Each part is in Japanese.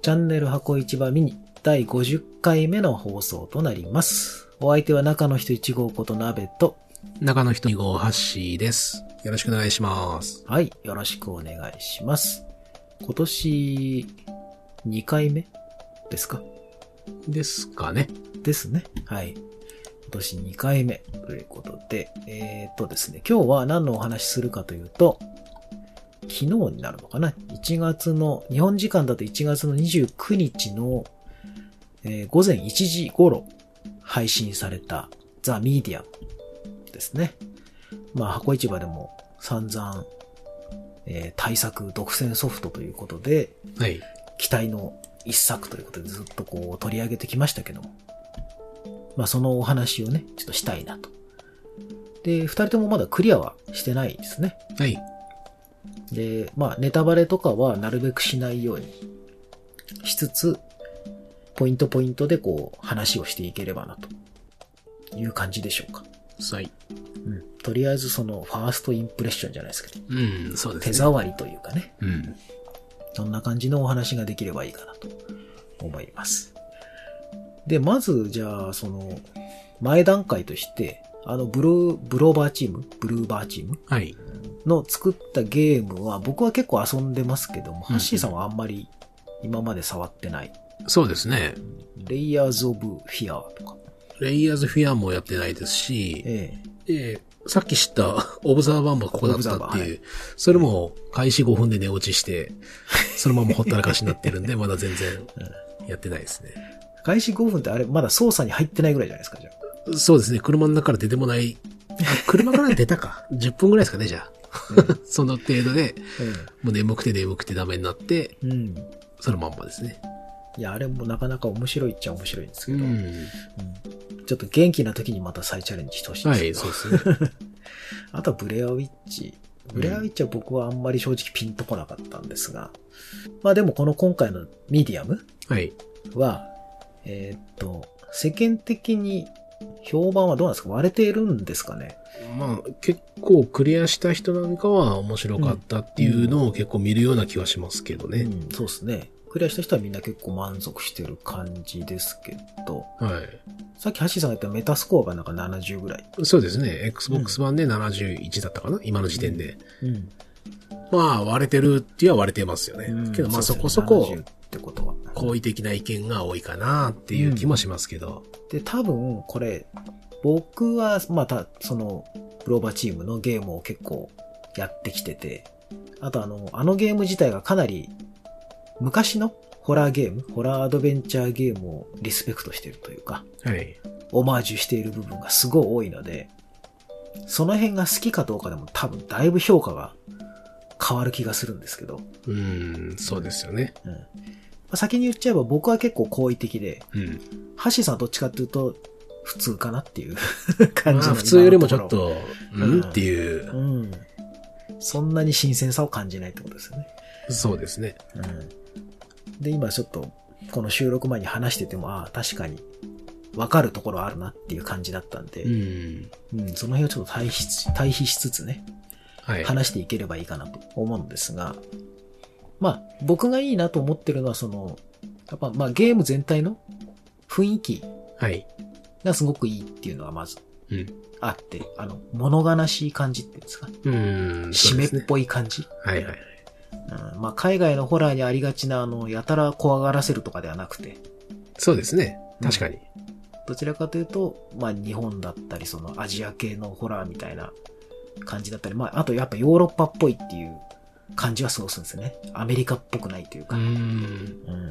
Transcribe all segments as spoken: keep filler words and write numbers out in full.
チャンネル箱市場ミニだいごじゅっかいめの放送となります。お相手は中の人いち号こと鍋と中の人に号ハッシーです。よろしくお願いします。 はい、よろしくお願いします。今年にかいめですか？ ですかね。 ですね。はい。今年にかいめということで、えーっとですね、今日は何のお話しするかというと、昨日になるのかな ?いちがつの、日本時間だといちがつのにじゅうくにちの、えー、午前いちじ頃配信されたザ・ミディアムですね。まあ、箱市場でも散々、えー、対策独占ソフトということで、 はい。 期待の一作ということでずっとこう取り上げてきましたけども。まあ、そのお話をね、ちょっとしたいなと。で、二人ともまだクリアはしてないですね。 はい。 で、まあ、ネタバレとかはなるべくしないようにしつつ、ポイントポイントでこう、話をしていければな、という感じでしょうか。 はい。 うん。とりあえずその、ファーストインプレッションじゃないですけど。 うん、そうですね。 手触りというかね。 うん。 そんな感じのお話ができればいいかなと思います。で、まず、じゃあ、その、前段階として、あの、ブルー、ブローバーチームブルーバーチームはい。 の作ったゲームは僕は結構遊んでますけども、 うん、 ハッシーさんはあんまり今まで触ってない。 そうですね。 レイヤーズ・オブ・フィアとか。 レイヤーズ・フィアもやってないですし、 えええー、さっき知ったオブザーバーもここだったっていう、はい、それも開始ごふんで寝落ちして、そのままほったらかしになってるんで、まだ全然やってないですね。 開始ごふんってあれ、まだ操作に入ってないぐらいじゃないですか、じゃあ。そうですね。車の中から出てもない。車から出たか。じゅっぷんぐらいですかね、じゃあ。うん、その程度で、うん、もう眠くて眠くてダメになって、うん、そのまんまですね。 いや、あれもなかなか面白いっちゃ面白いんですけど、うんうん、ちょっと元気な時にまた再チャレンジしてほしいです。 はい、そうですね。 あとはブレアウィッチ。ブレアウィッチは僕はあんまり正直ピンとこなかったんですが、まあでもこの今回のミディアムは、はい、えー、っと、世間的に評判はどうなんですか？割れているんですかね？ まあ結構クリアした人なんかは面白かったっていうのを結構見るような気はしますけどね。 うんうん、そうですね。クリアした人はみんな結構満足してる感じですけど。 はい。 さっきハッシーさんが言ったメタスコアがなんかななじゅうぐらい。 そうですね。Xbox 版でななじゅういちだったかな、今の時点で。うん。うん、まあ割れてるって言えば割れてますよね。うん、けどまあそこそこ、 ってことは好意的な意見が多いかなっていう気もしますけど。 うん、で、多分これ、僕はまたその、ブローバーチームのゲームを結構やってきてて、あとあの、あのゲーム自体がかなり昔のホラーゲーム、ホラーアドベンチャーゲームをリスペクトしているというか、 はい。 オマージュしている部分がすごい多いので、その辺が好きかどうかでも多分だいぶ評価が変わる気がするんですけど。 うーん、そうですよね。 うん。まあ、先に言っちゃえば僕は結構好意的で、うん。ハッシーさんはどっちかっていうと、普通かなっていう感じの。 まあ、普通よりもちょっと、うん、うん、っていう、 うん。そんなに新鮮さを感じないってことですよね。 そうですね。 うん。で、今ちょっと、この収録前に話してても、ああ、確かに、わかるところあるなっていう感じだったんで、うん。うん、その辺をちょっと対比、対比しつつね、はい。話していければいいかなと思うんですが、まあ、僕がいいなと思ってるのは、その、やっぱ、まあ、ゲーム全体の雰囲気。はい。がすごくいいっていうのがまずあって、うん、あの、物悲しい感じっていうんですか。うん。締めっぽい感じ。ね、はいはい。うん、まあ、海外のホラーにありがちな、あの、やたら怖がらせるとかではなくて。 そうですね。確かに。うん、 どちらかというと、まあ、日本だったり、そのアジア系のホラーみたいな感じだったり、まあ、あとやっぱヨーロッパっぽいっていう感じはすごくするんですよね。アメリカっぽくないというか。うん。うん。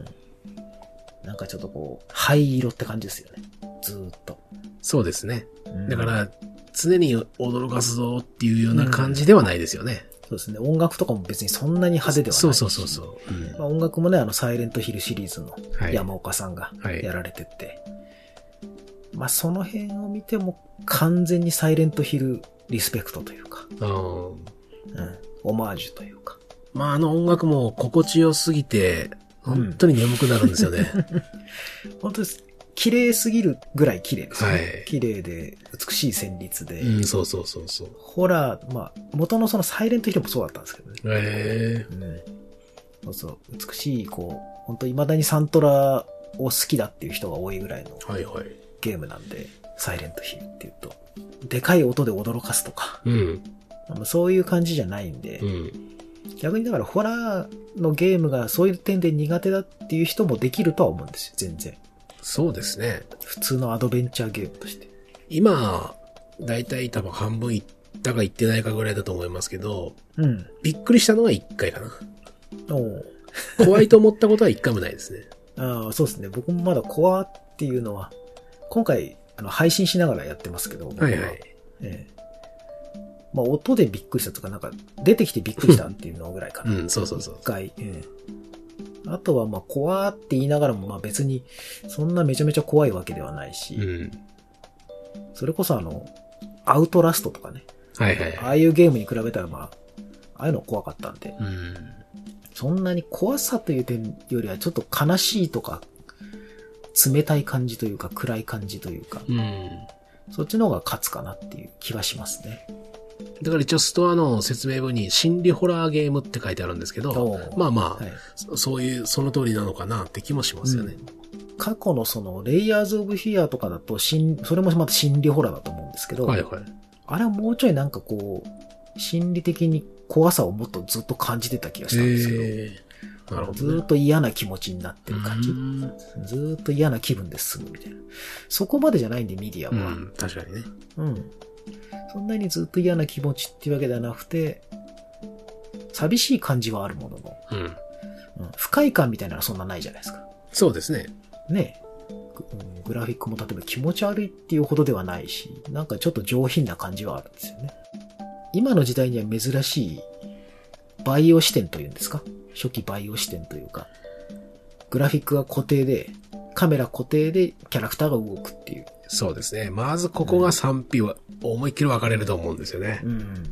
なんかちょっとこう、灰色って感じですよね。ずーっと。 そうですね。うん、だから、常に驚かすぞっていうような感じではないですよね。 うん、そうですね。音楽とかも別にそんなに派手ではないし。 そうそうそうそう、うんまあ、音楽もね、あの、サイレントヒルシリーズの山岡さんがやられてて。はいはい、まあ、その辺を見ても完全にサイレントヒルリスペクトというか。うん。オマージュというか。 まあ、あの音楽も心地よすぎて、本当に眠くなるんですよね。 うん、本当です。綺麗すぎるぐらい綺麗ですね。はい、綺麗で美しい旋律で。 うん、そうそうそうそう。 ホラー、まあ、元のそのサイレントヒルもそうだったんですけどね。 へえー。 うん。そうそう。美しい、こ本当未だにサントラを好きだっていう人が多いぐらいのゲームなんで、はいはい、サイレントヒルっていうと、でかい音で驚かすとか、うん、そういう感じじゃないんで、うん、逆にだからホラーのゲームがそういう点で苦手だっていう人もできるとは思うんですよ、全然。 そうですね。 普通のアドベンチャーゲームとして。 今、だいたい多分半分いったかいってないかぐらいだと思いますけど、うん、びっくりしたのはいっかいかな。お怖いと思ったことはいっかいもないですね。 ああ、そうですね。僕もまだ怖っていうのは、今回、あの、配信しながらやってますけど、 はいはい。 ええ、まあ、音でびっくりしたとか、なんか、出てきてびっくりしたっていうのぐらいかな。 うん、そうそうそう。 一回、ええ。あとは、まあ、怖って言いながらも、まあ別に、そんなめちゃめちゃ怖いわけではないし、うん、それこそあの、アウトラストとかね。 はいはいはい。 ああいうゲームに比べたら、まあ、ああいうの怖かったんで、うん、そんなに怖さという点よりは、ちょっと悲しいとか、冷たい感じというか、暗い感じというか、うん、そっちの方が勝つかなっていう気はしますね。 だから一応ストアの説明文に心理ホラーゲームって書いてあるんですけど、まあまあ、はい、そういう、その通りなのかなって気もしますよね。 うん、過去のその、レイヤーズ・オブ・フィアとかだと、それもまた心理ホラーだと思うんですけど、はいはい、あれはもうちょいなんかこう、心理的に怖さをもっとずっと感じてた気がしたんですけど、えーなるほどね、ずっと嫌な気持ちになってる感じ。ずっと嫌な気分で進むみたいな。そこまでじゃないんで、ミディアムは。 うん、確かにね。 うん。そんなにずっと嫌な気持ちっていうわけではなくて、寂しい感じはあるものの、うんうん、不快感みたいなのはそんなないじゃないですか。 そうですね。 ねえ。グラフィックも例えば気持ち悪いっていうほどではないし、なんかちょっと上品な感じはあるんですよね。今の時代には珍しいバイオ視点というんですか？初期バイオ視点というか、グラフィックが固定で、カメラ固定でキャラクターが動くっていう。 そうですね。まずここが賛否は思いっきり分かれると思うんですよね。うん、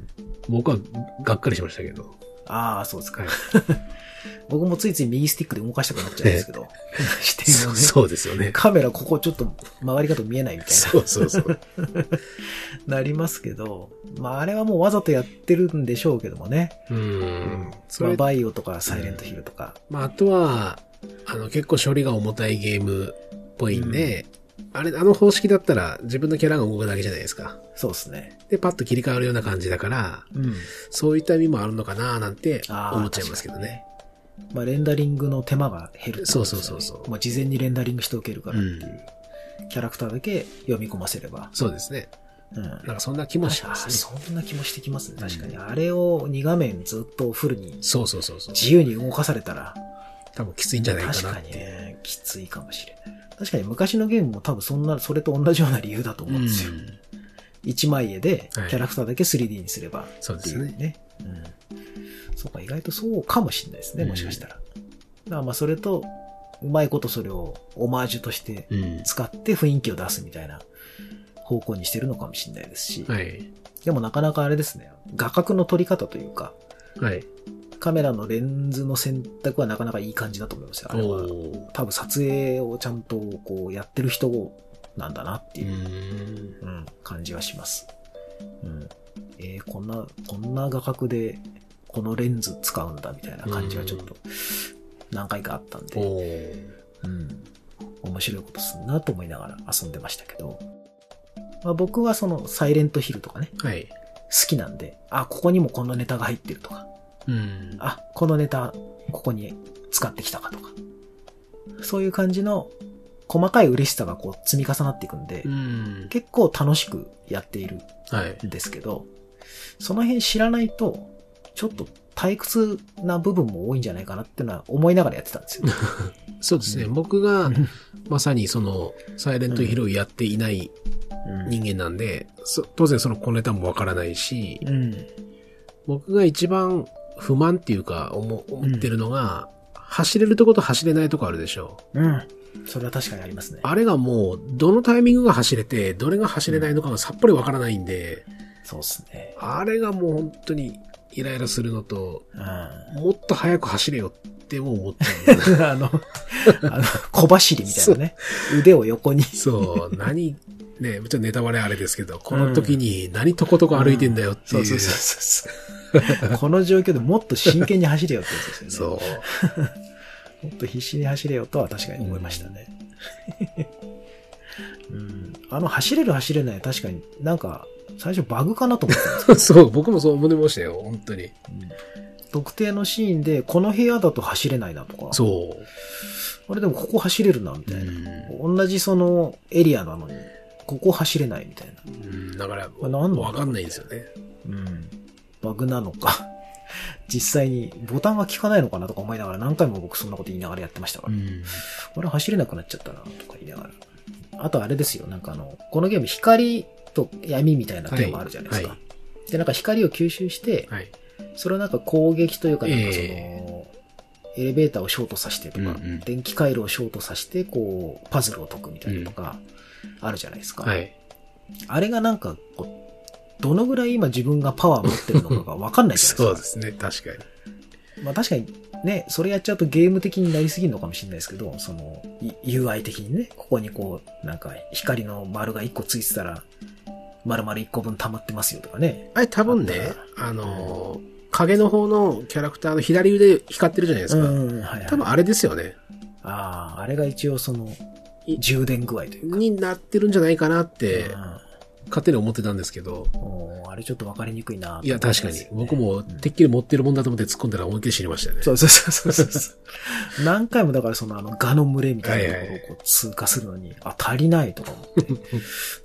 僕はがっかりしましたけど。 ああ、そうですか。僕もついつい右スティックで動かしたくなっちゃうんですけど。視点をね。 そうですよね。 カメラここちょっと曲がり方見えないみたいな。 そうそうそう。 なりますけど、まああれはもうわざとやってるんでしょうけどもね。うん。うんまあ、バイオとかサイレントヒルとか。 まああとは、あの結構処理が重たいゲームっぽいんで、うん、あれ、あの方式だったら自分のキャラが動くだけじゃないですか。 そうですね。 で、パッと切り替わるような感じだから、うん、そういった意味もあるのかななんて思っちゃいますけどね。 まあ、レンダリングの手間が減る、ね。 そうそうそうそう。 まあ、事前にレンダリングしておけるからっていう、うん、キャラクターだけ読み込ませれば。 そうですね。うん。なんかそんな気もしますね。 そんな気もしてきますね。確かに。うん、あれをに画面ずっとフルに。 そうそうそうそう。 自由に動かされたら。 多分きついんじゃないかなって。 確かにね。きついかもしれない。確かに昔のゲームも多分そんな、それと同じような理由だと思うんですよ。うん、一枚絵でキャラクターだけ スリーディー にすれば、ね。 そうですね。 うん。そうか、意外とそうかもしれないですね、もしかしたら。だからまあそれと、うまいことそれをオマージュとして使って雰囲気を出すみたいな方向にしてるのかもしれないですし。はい、でもなかなかあれですね、画角の撮り方というか、はい、カメラのレンズの選択はなかなかいい感じだと思いますよ。あれは多分撮影をちゃんとこうやってる人なんだなっていう、うん、感じはします。うん、えー、こんな、こんな画角でこのレンズ使うんだみたいな感じはちょっと何回かあったんで、うん、面白いことすんなと思いながら遊んでましたけど、まあ、僕はそのサイレントヒルとかね、はい、好きなんで、あ、ここにもこのネタが入ってるとか、うん、あ、このネタここに使ってきたかとか、そういう感じの細かい嬉しさがこう積み重なっていくんで、うん、結構楽しくやっているんですけど、はい、その辺知らないとちょっと退屈な部分も多いんじゃないかなっていうのは思いながらやってたんですよ。 そうですね。うん、僕がまさにそのサイレントヒルをやっていない人間なんで、うん、当然その小ネタもわからないし、うん、僕が一番不満っていうか思、思ってるのが、うん、走れるとこと走れないとこあるでしょう。 うん。それは確かにありますね。 あれがもうどのタイミングが走れて、どれが走れないのかがさっぱりわからないんで、 うん、そうですね。 あれがもう本当にイライラするのと、うん、もっと早く走れよっても思っちゃう。 あの、あの小走りみたいなね。腕を横に。 そう、何、ね、もちろんネタバレあれですけど、この時に何とことこ歩いてんだよっていう。うん、そうそうそうそう。この状況でもっと真剣に走れよってやつですよね。 そう。 もっと必死に走れよとは確かに思いましたね。うん、あの走れる走れない確かになんか最初バグかなと思ったんですけどそう、僕もそう思いましたよ、本当に。うん、 特定のシーンでこの部屋だと走れないなとか。 そう。 あれでもここ走れるなみたいな。うん、同じそのエリアなのにここ走れないみたいな。 うん、だから、 まあ、なんわかんないんですよね。 うん。バグなのか。実際にボタンが効かないのかなとか思いながら何回も僕そんなこと言いながらやってましたから。うん、あれ走れなくなっちゃったなとか言いながら。あとあれですよ、なんかあの、このゲーム光と闇みたいなテーマあるじゃないですか。はいはい、で、なんか光を吸収して、はい、それをなんか攻撃というか、なんかその、えー、エレベーターをショートさせてとか、うんうん、電気回路をショートさせて、こう、パズルを解くみたいなのとか、あるじゃないですか。うんはい、あれがなんかこう、どのぐらい今自分がパワー持ってるのかがわかんないじゃないですか。 そうですね、確かに。まあ確かにね、それやっちゃうとゲーム的になりすぎるのかもしれないですけど、その ユーアイ 的にね、ここにこう、なんか光の丸がいっこついてたら、丸々いっこぶん溜まってますよとかね。 あれ多分ね、あの、影の方のキャラクターの左腕光ってるじゃないですか。うんはいはい、多分あれですよね。 ああ、あれが一応その、充電具合というか。 になってるんじゃないかなって、勝手に思ってたんですけど。 おあれちょっと分かりにくいな、ね。 いや、確かに。僕もてっきり持ってるもんだと思って突っ込んだら思いっきり知りましたよね。 そうそうそうそうそう。何回もだからそのあのガの群れみたいなところをこう通過するのに、はいはい、あ、足りないとか思って。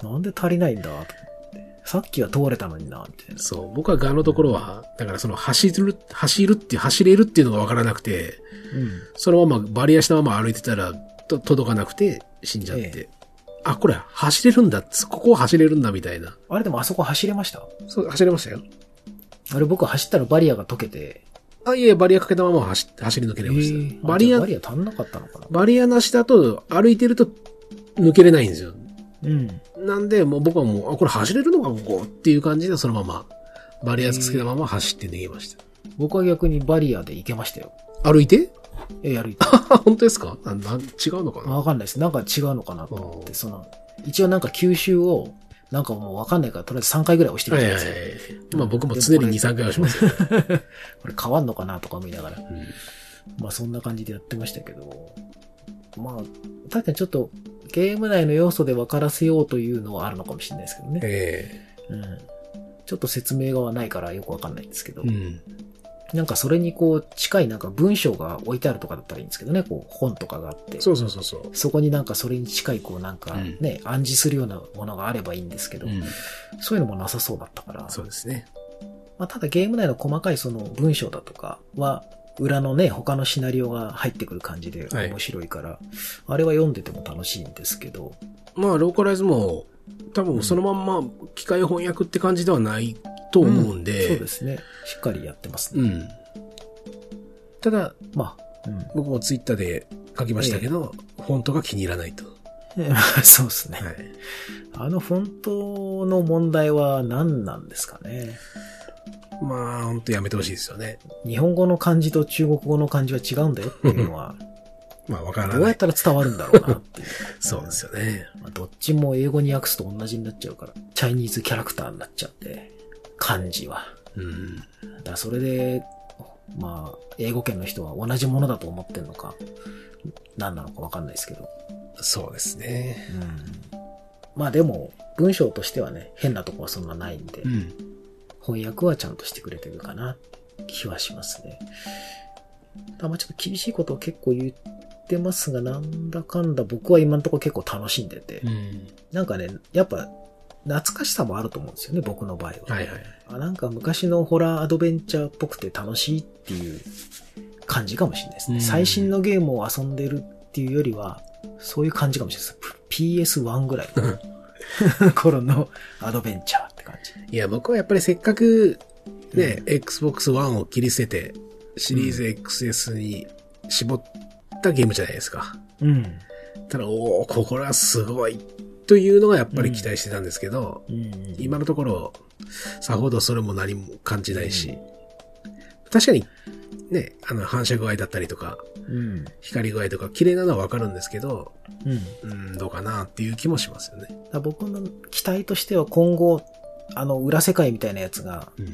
なんで足りないんだと思って。さっきは通れたのにな、みたいな。 そう。僕はガのところは、だからその走る、走るっていう、走れるっていうのが分からなくて、うん、そのままバリアしたまま歩いてたらと届かなくて死んじゃって。ええあ、これ、走れるんだ。ここを走れるんだ、みたいな。 あれでもあそこ走れました？ そう、走れましたよ。 あれ僕走ったらバリアが解けて。 あ、いえ、バリアかけたまま走走り抜けれました。えー、バリア、 バリア足んなかったのかな？ バリアなしだと、歩いてると抜けれないんですよ。 うん。 なんで、もう僕はもう、あ、これ走れるのか、ここっていう感じで、そのまま、バリアつけたまま走って逃げました。 僕は逆にバリアで行けましたよ。 歩いて？ え、歩いて。 本当ですか？なな違うのかな？ わかんないです。なんか違うのかなと思って、その、一応なんか吸収を、なんかもうわかんないから、とりあえずさんかいぐらい押してみたんですよ。はいはいはい。 まあ僕も常にに、さんかい押しますよ。 これ変わんのかなとか思いながら。うん、まあそんな感じでやってましたけど。まあ、確かにちょっとゲーム内の要素で分からせようというのはあるのかもしれないですけどね。ええー。うん。ちょっと説明がないからよくわかんないんですけど。うん。なんかそれにこう近いなんか文章が置いてあるとかだったらいいんですけどね、こう本とかがあって。 そうそうそうそう。 そこになんかそれに近いこうなんかね、うん、暗示するようなものがあればいいんですけど、うん、そういうのもなさそうだったから。 そうですね。 まあただゲーム内の細かいその文章だとかは、裏のね、他のシナリオが入ってくる感じで面白いから、はい、あれは読んでても楽しいんですけど。 まあローカライズも多分そのまんま機械翻訳って感じではないと思うんで、 うん、そうですね。しっかりやってますね。うん。 ただ、まあ、うん、僕もツイッターで書きましたけど、えー、フォントが気に入らないと。 そうですね。はい、あのフォントの問題は何なんですかね。 まあ、ほんとやめてほしいですよね。 日本語の漢字と中国語の漢字は違うんだよっていうのは、 まあわからない。 どうやったら伝わるんだろうなっていう。 そうですよね。 まあ、どっちも英語に訳すと同じになっちゃうから、チャイニーズキャラクターになっちゃって、漢字は。うん。だからそれで、まあ、英語圏の人は同じものだと思ってんのか、何なのかわかんないですけど。 そうですね。 うん。まあでも、文章としてはね、変なとこはそんなないんで、うん、翻訳はちゃんとしてくれてるかな、気はしますね。まあちょっと厳しいことを結構言ってますが、なんだかんだ僕は今のところ結構楽しんでて、うん、なんかね、やっぱ懐かしさもあると思うんですよね、僕の場合は。はいはい、あなんか昔のホラーアドベンチャーっぽくて楽しいっていう感じかもしれないですね。うん、最新のゲームを遊んでるっていうよりは、そういう感じかもしれないです。ピーエスワン ぐらいの頃のアドベンチャーって感じ。 いや、僕はやっぱりせっかくね、うん、エックスボックスワン を切り捨てて、シリーズ エックスエス に絞ったゲームじゃないですか。うん。ただ、おー、これはすごいというのがやっぱり期待してたんですけど、うんうん、今のところ、さほどそれも何も感じないし、うん、確かに、ね、あの反射具合だったりとか、うん、光具合とか綺麗なのはわかるんですけど、うん、うん、どうかなっていう気もしますよね。 僕の期待としては今後、あの裏世界みたいなやつが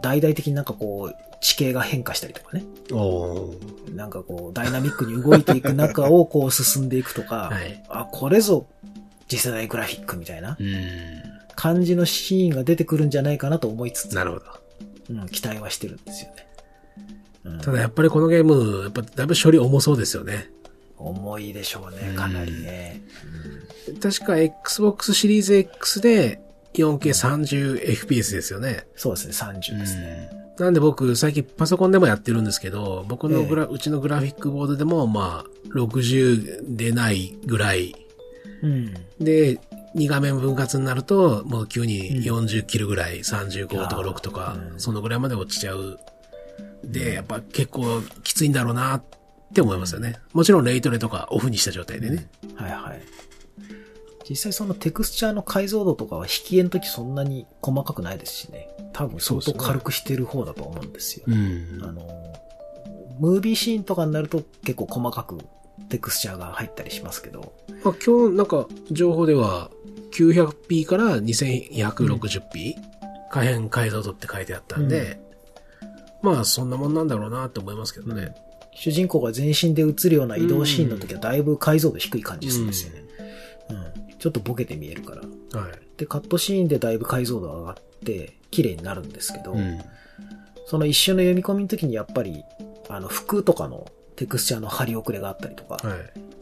大々的になんかこう、地形が変化したりとかね。 おなんかこう、ダイナミックに動いていく中をこう進んでいくとか、はい、あ、これぞ次世代グラフィックみたいな感じのシーンが出てくるんじゃないかなと思いつつ、 なるほど。 うん、期待はしてるんですよね。 うん、ただやっぱりこのゲーム、やっぱだいぶ処理重そうですよね。 重いでしょうね、かなりね。 うん、確か Xbox シリーズ X で よんケーさんじゅうエフピーエス ですよね。 そうですね、さんじゅうですね。 なんで僕、最近パソコンでもやってるんですけど、僕のグラ、ええ、うちのグラフィックボードでも、まあ、ろくじゅう出ないぐらい。うん、で、に画面分割になると、もう急によんじゅう切るぐらい、うん、さんじゅうごとかろくとか、うん、そのぐらいまで落ちちゃう。で、やっぱ結構きついんだろうなって思いますよね。もちろんレイトレとかオフにした状態でね。 うん、はいはい。実際そのテクスチャーの解像度とかは引き絵の時そんなに細かくないですしね。多分相当軽くしてる方だと思うんですよ。うん、あの、ムービーシーンとかになると結構細かくテクスチャーが入ったりしますけど。 まあ、今日なんか情報では きゅうひゃくピー から にせんひゃくろくじゅうピー、うん、可変解像度って書いてあったんで、うん、まあそんなもんなんだろうなって思いますけどね。うん、 主人公が全身で映るような移動シーンの時はだいぶ解像度低い感じするんですよね。うんうん、ちょっとボケて見えるから。はい。で、カットシーンでだいぶ解像度上がって綺麗になるんですけど、うん、その一瞬の読み込みの時にやっぱり、あの、服とかのテクスチャーの張り遅れがあったりとか、はい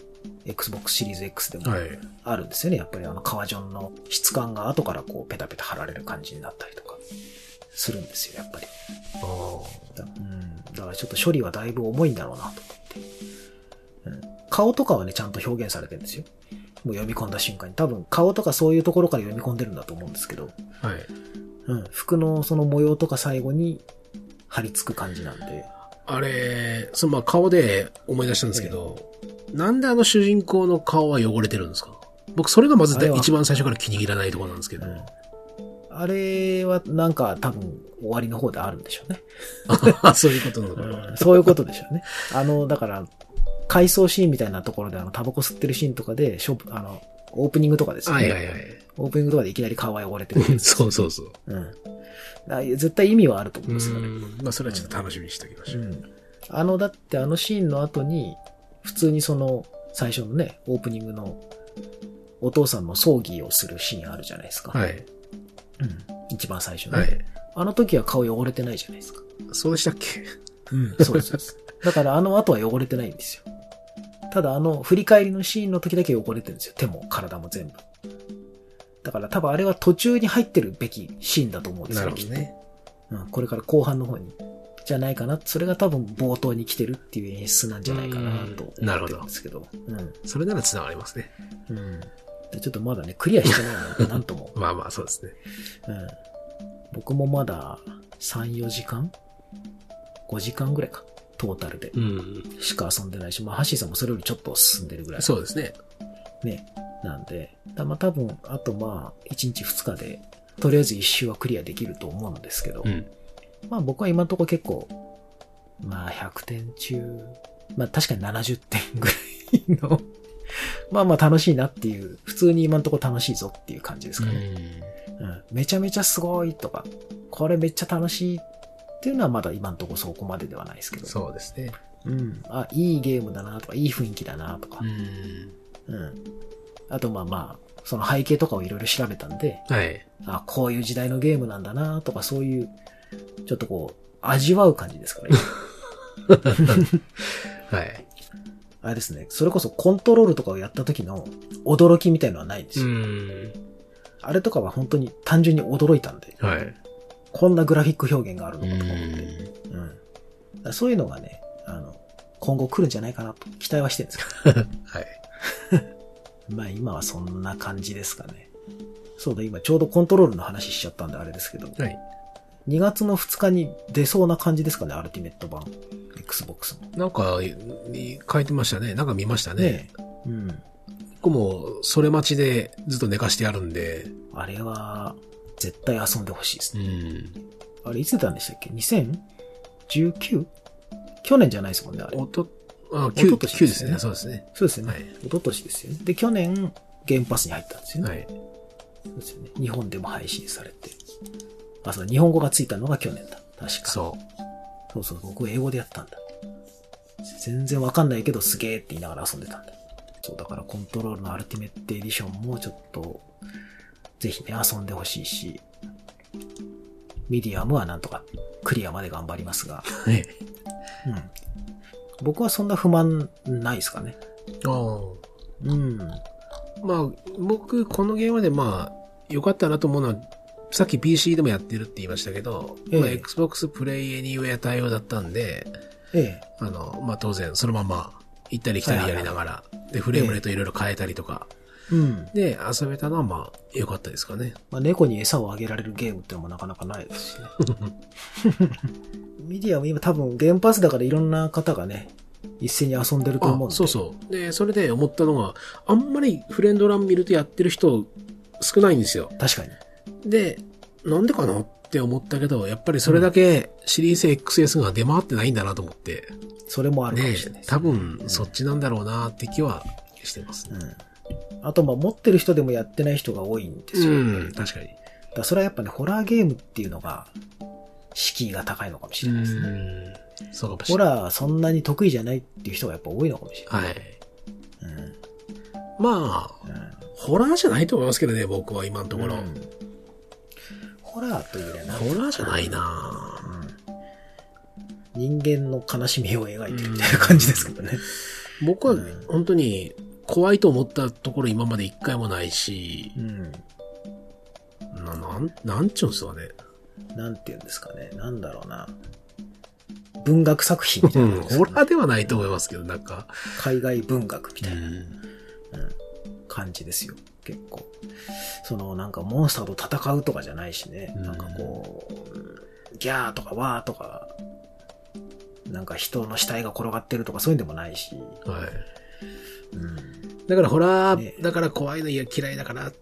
、Xbox シリーズ X でもあるんですよね。やっぱりあの革ジョンの質感が後からこうペタペタ貼られる感じになったりとかするんですよ、やっぱり。あだ、うん、だからちょっと処理はだいぶ重いんだろうなと思って。うん、顔とかはね、ちゃんと表現されてるんですよ。もう読み込んだ瞬間に。多分顔とかそういうところから読み込んでるんだと思うんですけど、はい。うん、服のその模様とか最後に貼り付く感じなんで。 あれ、そのまあ顔で思い出したんですけど、ええ、なんであの主人公の顔は汚れてるんですか？僕それがまず一番最初から気に入らないところなんですけど。うん、 あれはなんか多分終わりの方であるんでしょうね。 そういうことなのかな、 うん。そういうことでしょうね。あの、だから、回想シーンみたいなところであの、タバコ吸ってるシーンとかで、あの、オープニングとかですよね。はいはいはい。オープニングとかでいきなり顔は汚れてる。 そうそうそう。 うん。絶対意味はあると思うんですよね。 まあそれはちょっと楽しみにしておきましょう。うん。 あの、だってあのシーンの後に、普通にその、最初のね、オープニングの、お父さんの葬儀をするシーンあるじゃないですか。はい。うん。一番最初ね。はい。あの時は顔汚れてないじゃないですか。 そうでしたっけ？ うん、そうです。だからあの後は汚れてないんですよ。ただあの振り返りのシーンの時だけ汚れてるんですよ。手も体も全部。だから多分あれは途中に入ってるべきシーンだと思うんですよ。なるほどね。うん、これから後半の方に。じゃないかな。それが多分冒頭に来てるっていう演出なんじゃないかなと思ってるんですけど。うん。 それなら繋がりますね。 うん。ちょっとまだね、クリアしてないので、なんとも。 まあまあそうですね。 うん。僕もまださん、よじかん ?ご 時間ぐらいか。トータルで。うん。しか遊んでないし、まあ、ハッシーさんもそれよりちょっと進んでるぐらい。 そうですね。 ね。なんで、まあ多分、あとまあ、いちにちふつかで、とりあえず一周はクリアできると思うんですけど、うん、まあ僕は今のところ結構、まあひゃくてん中、まあ確かにななじゅってんぐらいの、まあまあ楽しいなっていう、普通に今のところ楽しいぞっていう感じですかね。うん、うん。めちゃめちゃすごいとか、これめっちゃ楽しいっていうのはまだ今のところそこまでではないですけど。 そうですね。 うん。あ、いいゲームだなとか、いい雰囲気だなとか。うん。うん。あとまあまあ、その背景とかをいろいろ調べたんで、はい。あ、こういう時代のゲームなんだなとか、そういう、ちょっとこう、味わう感じですからね。はい。あれですね。それこそコントロールとかをやった時の驚きみたいのはないんですよ。うん。あれとかは本当に単純に驚いたんで。はい。こんなグラフィック表現があるのかとか思って。うん。うん、そういうのがね、あの、今後来るんじゃないかなと期待はしてるんですけど。はい。まあ今はそんな感じですかね。そうだ、今ちょうどコントロールの話しちゃったんであれですけど。はい。にがつのふつかに出そうな感じですかね、アルティメット版。Xbox も。 なんか、書いてましたね。なんか見ましたね。ねうん。僕も、それ待ちでずっと寝かしてやるんで。 あれは、絶対遊んでほしいですね。うん。あれ、いつ出たんでしたっけ ?にせんじゅうきゅう? 去年じゃないですもんね、あれ。 おと、あ、きゅうですね。ですね。そうですね。 そうですね。はい。おととしですよね。で、去年、ゲームパスに入ったんですよね。はい。そうですよね。日本でも配信されて。あ、そう、日本語がついたのが去年だ。 確か。 そう。 そうそう、僕英語でやったんだ。全然わかんないけどすげーって言いながら遊んでたんだ。そう、だからコントロールのアルティメットエディションもちょっと、ぜひね、遊んでほしいし、ミディアムはなんとかクリアまで頑張りますが、うん。僕はそんな不満ないですかね。 ああ。 うん。 まあ、僕、このゲームでまあ、良かったなと思うのは、さっき ピーシー でもやってるって言いましたけど、ええ、まあ、Xbox Play Anywhere 対応だったんで、 ええ、 あの、まあ当然、そのまま行ったり来たりやりながら、はいはいはい、で、フレームレートいろいろ変えたりとか、ええ、うん、で、遊べたのはまあ、良かったですかね。 まあ、猫に餌をあげられるゲームってのもなかなかないですしね。ミディアも今多分ゲームパスだからいろんな方がね、一斉に遊んでると思うんで。 そうそう。で、それで思ったのが、あんまりフレンド欄見るとやってる人少ないんですよ。 確かに。 で、なんでかなって思ったけど、やっぱりそれだけシリーズ エックスエス が出回ってないんだなと思って。 それもあるかもしれないです、 ね。多分、そっちなんだろうなって気はしてます。 うん。あと、まあ、持ってる人でもやってない人が多いんですよ。 うん、確かに。 だそれはやっぱね、ホラーゲームっていうのが、敷居が高いのかもしれないですね。 うん、そうかもしれない。 ホラーそんなに得意じゃないっていう人がやっぱ多いのかもしれない。 はい。うん、まあ、うん、ホラーじゃないと思いますけどね、僕は今のところ。うん、 ホラーというよりはホラーじゃないな、 うん、人間の悲しみを描いてるみたいな感じですけどね。 うん、僕は本当に怖いと思ったところ今まで一回もないし、うん、な、なん、なんちゅうんすかね。 なんて言うんですかね。なんだろうな。文学作品みたいな、ね、 うん。ホラーではないと思いますけど、なんか。 海外文学みたいな、うんうん、 感じですよ。結構。そのなんかモンスターと戦うとかじゃないしね。うん、なんかこう、ギャーとかワーとか、なんか人の死体が転がってるとかそういうんでもないし。 はい。うん、だからホラー、ね、だから怖いの嫌いだからって、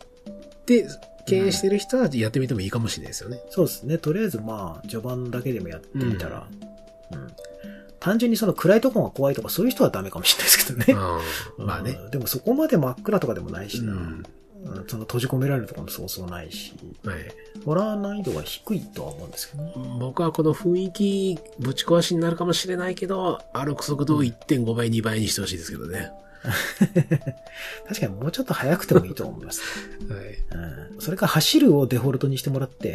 経営してる人はやってみてもいいかもしれないですよね。 うん、そうですね。とりあえずまあ、序盤だけでもやってみたら、うんうん、単純にその暗いところが怖いとかそういう人はダメかもしれないですけどね。 うん、まあね、 うん。でもそこまで真っ暗とかでもないしな。うん、その閉じ込められるとかもそうそうないし。はい、ホラー難易度は低いとは思うんですけどね。 僕はこの雰囲気ぶち壊しになるかもしれないけど、歩く速度を いってんご 倍、にばいにしてほしいですけどね。 確かにもうちょっと速くてもいいと思います、ね。はい、うん。それか走るをデフォルトにしてもらって、うん、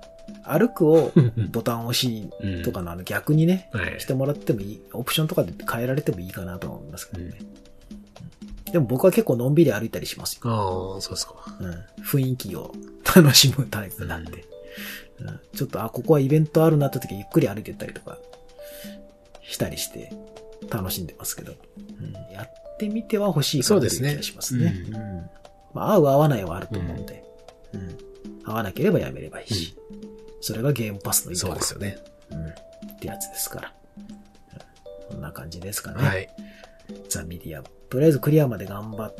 歩くをボタン押しとかのあの逆にね、うんはい、してもらってもいい。オプションとかで変えられてもいいかなと思いますけどね。うん、でも僕は結構のんびり歩いたりしますよ。 ああ、そうですか。 うん。雰囲気を楽しむタイプなんで。うんうん、ちょっと、あ、ここはイベントあるなって時ゆっくり歩いてったりとかしたりして楽しんでますけど。うん、やってみては欲しいかなという気がしますね。そうですね。うん。まあ、合う合わないはあると思うんで。うん。うん、合わなければやめればいいし。うん、それがゲームパスのいいところ。 そうですよね。 うん。ってやつですから。うん、こんな感じですかね。 はい。 ザ・ミディアム。とりあえずクリアまで頑張って、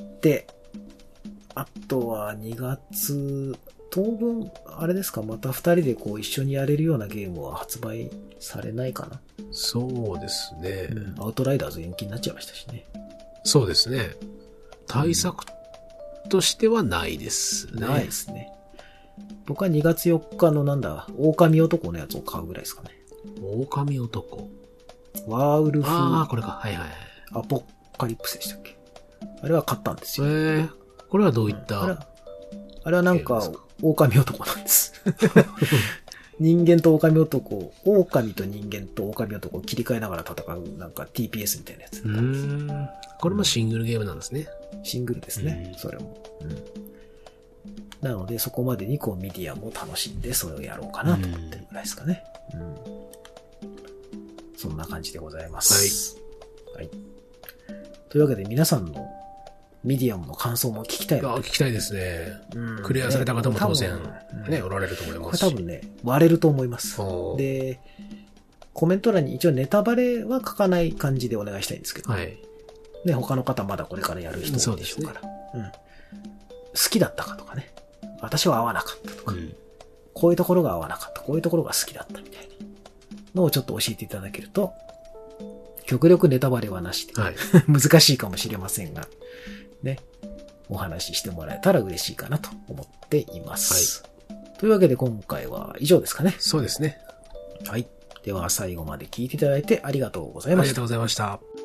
あとはにがつ、当分、あれですか、また二人でこう一緒にやれるようなゲームは発売されないかな。 そうですね。 うん、アウトライダーズ延期になっちゃいましたしね。 そうですね。対策としてはないですね。 ないですね。僕はにがつよっかのなんだ、狼男のやつを買うぐらいですかね。 狼男ワーウルフ。 ああ、これか。はいはい。 アポカリプスでしたっけ。あれは買ったんですよ。 へえ。これはどういった、 うん、あれは、あれはなんか、狼男なんです。人間と狼男、狼と人間と狼男を切り替えながら戦う、なんか ティーピーエス みたいなやつ。 うーん。これもシングルゲームなんですね。 シングルですね。それも。うん。なので、そこまでにこうミディアムを楽しんで、それをやろうかなと思ってるぐらいですかね。うん。そんな感じでございます。はい。はい。というわけで皆さんのミディアムの感想も聞きたい。 あ、聞きたいですね。うん、クリアされた方も当然、ね、ね、おられると思いますし。 これ多分ね、割れると思います。で、コメント欄に一応ネタバレは書かない感じでお願いしたいんですけど。はい。ね、他の方まだこれからやる人多いでしょうから。うね、うん。好きだったかとかね。私は合わなかったとか、うん。こういうところが合わなかった。こういうところが好きだったみたいなのをちょっと教えていただけると、極力ネタバレはなしで、はい、難しいかもしれませんが、ね、お話ししてもらえたら嬉しいかなと思っています。はい、というわけで今回は以上ですかね。 そうですね。 はい。では最後まで聞いていただいてありがとうございました。 ありがとうございました。